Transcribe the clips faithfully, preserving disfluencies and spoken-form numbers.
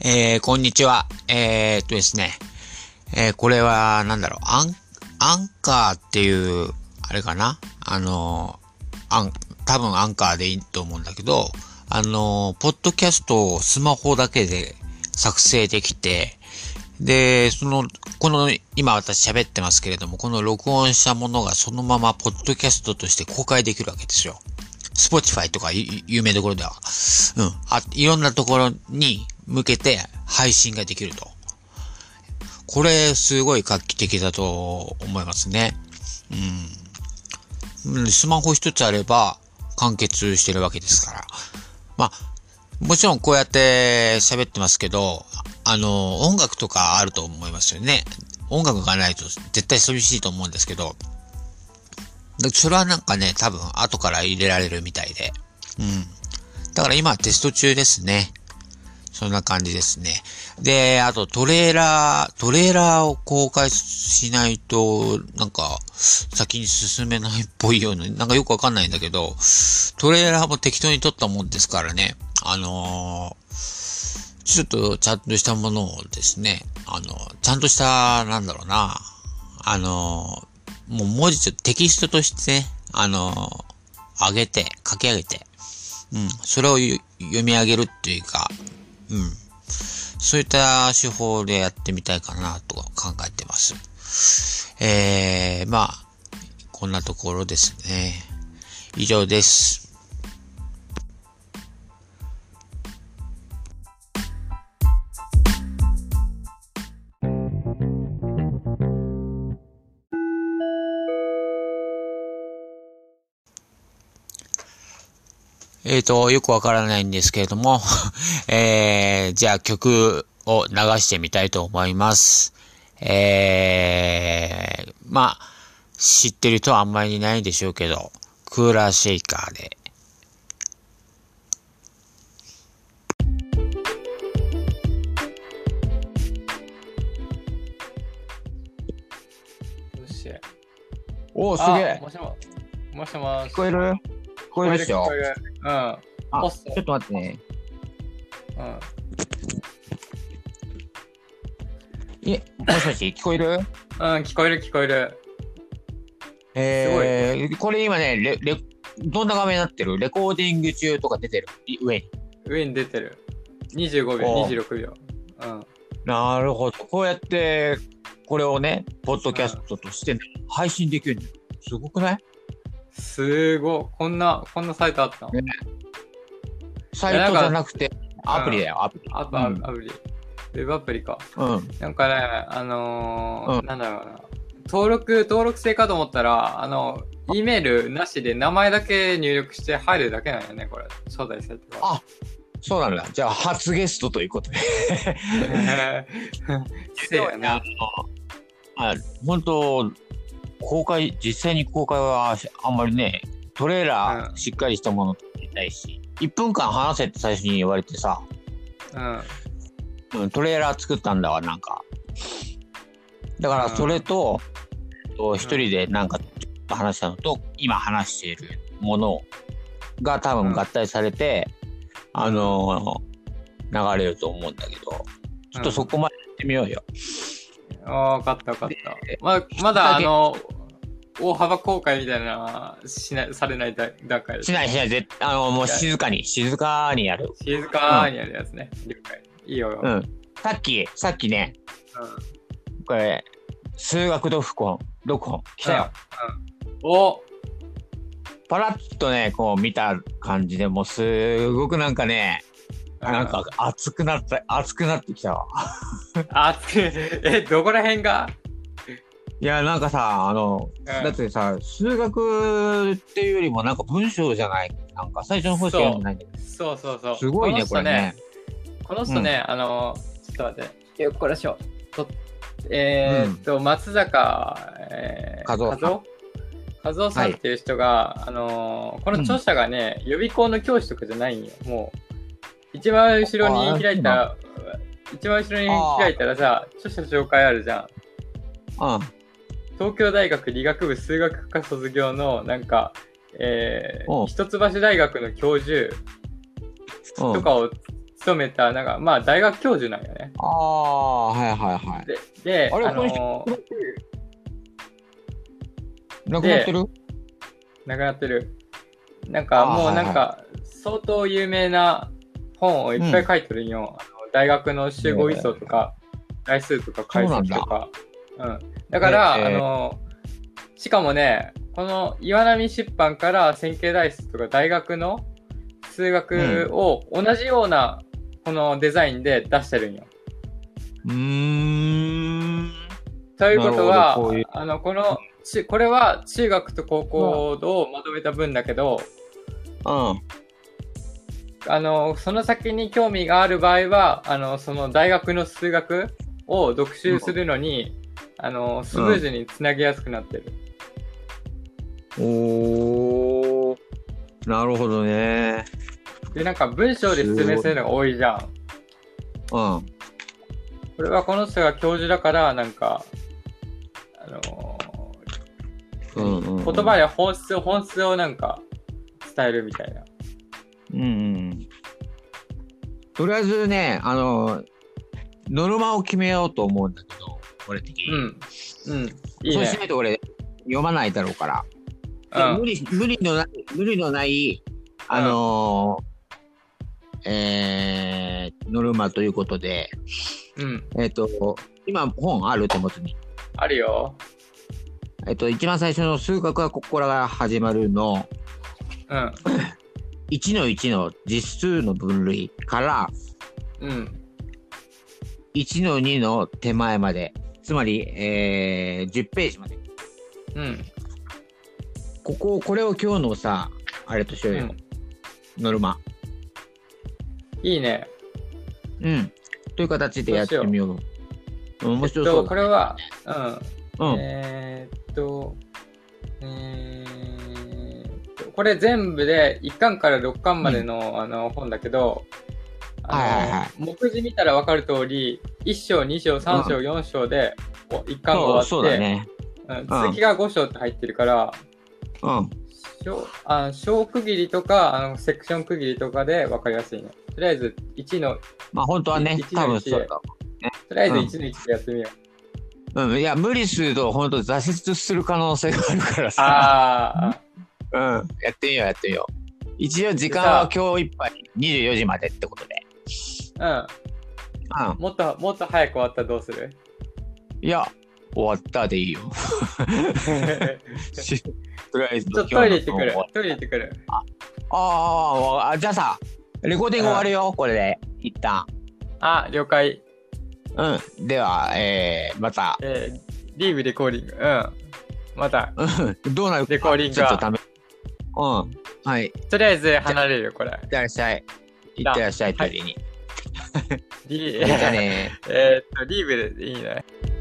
えー、こんにちは。えー、っとですね。えー、これは、なんだろう、アン、アンカーっていう、あれかなあのー、アン、多分アンカーでいいと思うんだけど、あのー、ポッドキャストをスマホだけで作成できて、で、その、この、今私喋ってますけれども、この録音したものがそのままポッドキャストとして公開できるわけですよ。スポティファイとか有名どころでは。うん。あ、いろんなところに向けて配信ができると。これ、すごい画期的だと思いますね。うん。スマホ一つあれば完結してるわけですから。まあ、もちろんこうやって喋ってますけど、あの、音楽とかあると思いますよね。音楽がないと絶対寂しいと思うんですけど、それはなんかね、多分後から入れられるみたいで。うん。だから今はテスト中ですね。そんな感じですね。で、あとトレーラー、トレーラーを公開しないと、なんか、先に進めないっぽいような、なんかよくわかんないんだけど、トレーラーも適当に撮ったもんですからね。あのー、ちょっとちゃんとしたものをですね、あの、ちゃんとした、なんだろうな、あのー、もう文字とテキストとしてね、あのー、上げて、書き上げて、うん、それを読み上げるっていうか、うん、そういった手法でやってみたいかなと考えてます。えー、まあ、こんなところですね。以上です。えーと、よくわからないんですけれども、えー、じゃあ曲を流してみたいと思います。えー、まあ、知ってる人はあんまりいないでしょうけど、クーラーシェイカーで。 よし。 おー、すげえ。 もしも、もしもし。 聞こえる聞こえるっしょ。 聞こえる。うん。 あ、 ポストちょっと待ってね。 うん。 え、もしもし、聞こえるうん、聞こえる聞こえる。 えー、これ今ね、レ、レ、どんな画面になってる？レコーディング中とか出てる？上に。 上に出てる。にじゅうごびょう、 おーにじゅうろくびょう。うん。 なるほど。こうやって、これをね、ポッドキャストとして、ね配信できるんだよ。すごくない？ すごい。こんな、こんなサイトあったの？ ねサイトじゃなくて、アプリだよ、アプリ。 アプアプリ。ウェブアプリか。 うん。 なんかね、あのーうんなんだろうな。登録、登録制かと思ったら、あの、E メールなしで名前だけ入力して入るだけなんよね、これ。招待されてる。 あ、そうなんだ。じゃあ、初ゲストということで。 せやな。 あ、本当公開、実際に公開はあんまりね、トレーラーしっかりしたもの撮りたいし、いっぷんかん話せって最初に言われてさ、 うん。 うん、トレーラー作ったんだわ、なんか。だからそれと、と一人でなんか話したのと、今話しているものが多分合体されて、 うん、 あのー、流れると思うんだけど、ちょっとそこまでやってみようよ。 ああ、分かった分かった。ままだあの、大幅公開みたいなしない、されない段階です。 しないしない、絶対、あの、もう静かに、静かにやる。 静かにやるやつね。了解。いいよ。 うん。さっき、さっきね、 うん、 これ、数学読本、読本、来たよ。 うんうん、おパラッとね、こう見た感じでもうすごくなんかね、なんか熱くなった、熱くなってきたわ。 熱く、え、どこら辺が？ いや、なんかさ、あの、うん、だってさ、数学っていうよりもなんか文章じゃない。なんか最初の方しか読んでないんだけど。 そうそうそう。 すごいね、これね。 この人ね、うん、あの、ちょっと待って。よっこらしょ。とえー、っと、うん、松坂、えー、和夫さん。和夫さんっていう人が、はい、あのー、この著者がね、うん、予備校の教師とかじゃないんよ。もう、一番後ろに開いたら、一番後ろに開いたらさ、著者紹介あるじゃん。 うん。 東京大学理学部数学科卒業の、なんか、えー、一橋大学の教授とかを勤めた、なんか、まあ、大学教授なんよね。 ああ、はいはいはい。 で、であれ、 あのー、 亡くなってる亡くなってる。なんか、もうなんか、相当有名な本をいっぱい書いてるんよ。うん、あの大学の集合位相とか、代数とか解析とか。うん。だから、えー、あのー、しかもね、この岩波出版から線形代数とか大学の数学を同じようなこのデザインで出してるんよ。 うーん。 ということは、こういうあの、この、これは中学と高校をまとめた文だけど、 うん。 あの、その先に興味がある場合は、あの、その大学の数学を読習するのに、うん、あの、スムーズにつなげやすくなってる。 うん、おー、なるほどね。 で、なんか文章で説明するのが多いじゃん。うん。これはこの人が教授だから、なんか、あのーうんうんうん、言葉で本質、本質をなんか伝えるみたいな。 うんうん。とりあえずね、あの、ノルマを決めようと思うんだけど、俺的に。うん。 うん。いいね。 そうしないと俺、読まないだろうから。うん、無理、無理のない、無理のない、あのー、うん、えー、ノルマということで、 うん。 えっと、今本ある手元に。 あるよ。 えっと、一番最初の数学はここから始まるの、 うん。 いちのいちの実数の分類から、 うん。 いちのにの手前まで、つまり、えー、じゅっページまで。 うん。 ここ、これを今日のさ、あれとしようよ。うん、ノルマ。 いいね。 うん。という形でやってみよう。 う面白そう、ね。えっと、これは、うん。うん、えー、っと、えー、っと、これ全部でいっかんからろっかんまでの、うん、あの本だけど、あの、はいはいはい、目次見たら分かる通り、いっ章、に章、さん章、よん章でいっかんが終わって、 そう、そうだね。 うん、続きがご章って入ってるから、 うん。 章、あ、章区切りとか、あの、セクション区切りとかで分かりやすいね。とりあえずいちの、 まあ本当はね、多分そうだもんね。とりあえずいちのいちでやってみよう。うん、うん、いや、無理すると本当挫折する可能性があるからさ。 ああ。 うん、やってみよう、やってみよう。一応時間は今日いっぱい、にじゅうよじまでってことで。 うん。うん。もっと、もっと早く終わったらどうする？ いや、終わったでいいよ。とりあえずちょっとトイレ行ってくる。トイレ行ってくる。 あああ、じゃあさ、レコーディング終わるよ、これで。一旦。 あ、了解。 うん。では、えー、また。 えー、リーブレコーディング。うん。また。 うん。どうなるか。 レコーディングちょっとため。うん。はい。 とりあえず離れるよ、これ。 いってらっしゃい。いってらっしゃい、トイレに。 リー、じゃあね。 えっと、リーブでいいね。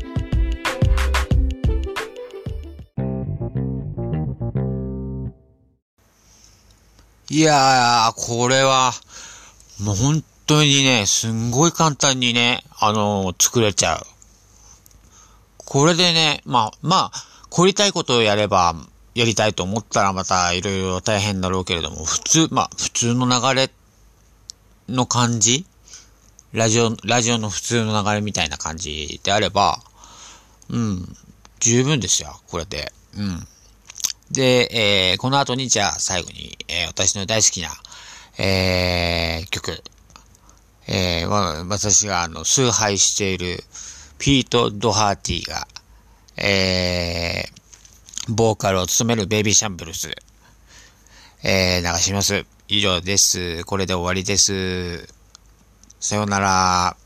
いやー、これは、もう本当にね、すんごい簡単にね、あのー、作れちゃう。これでね、まあ、まあ、凝りたいことをやれば、やりたいと思ったらまたいろいろ大変だろうけれども、普通、まあ、普通の流れの感じラジオ、ラジオの普通の流れみたいな感じであれば、うん、十分ですよ、これで。うん。で、えー、この後にじゃあ最後に、えー、私の大好きな、えー、曲、えー、私があの、崇拝しているピート・ドハーティが、えー、ボーカルを務めるベイビーシャンブルス、えー、流します。以上です。これで終わりです。さようなら。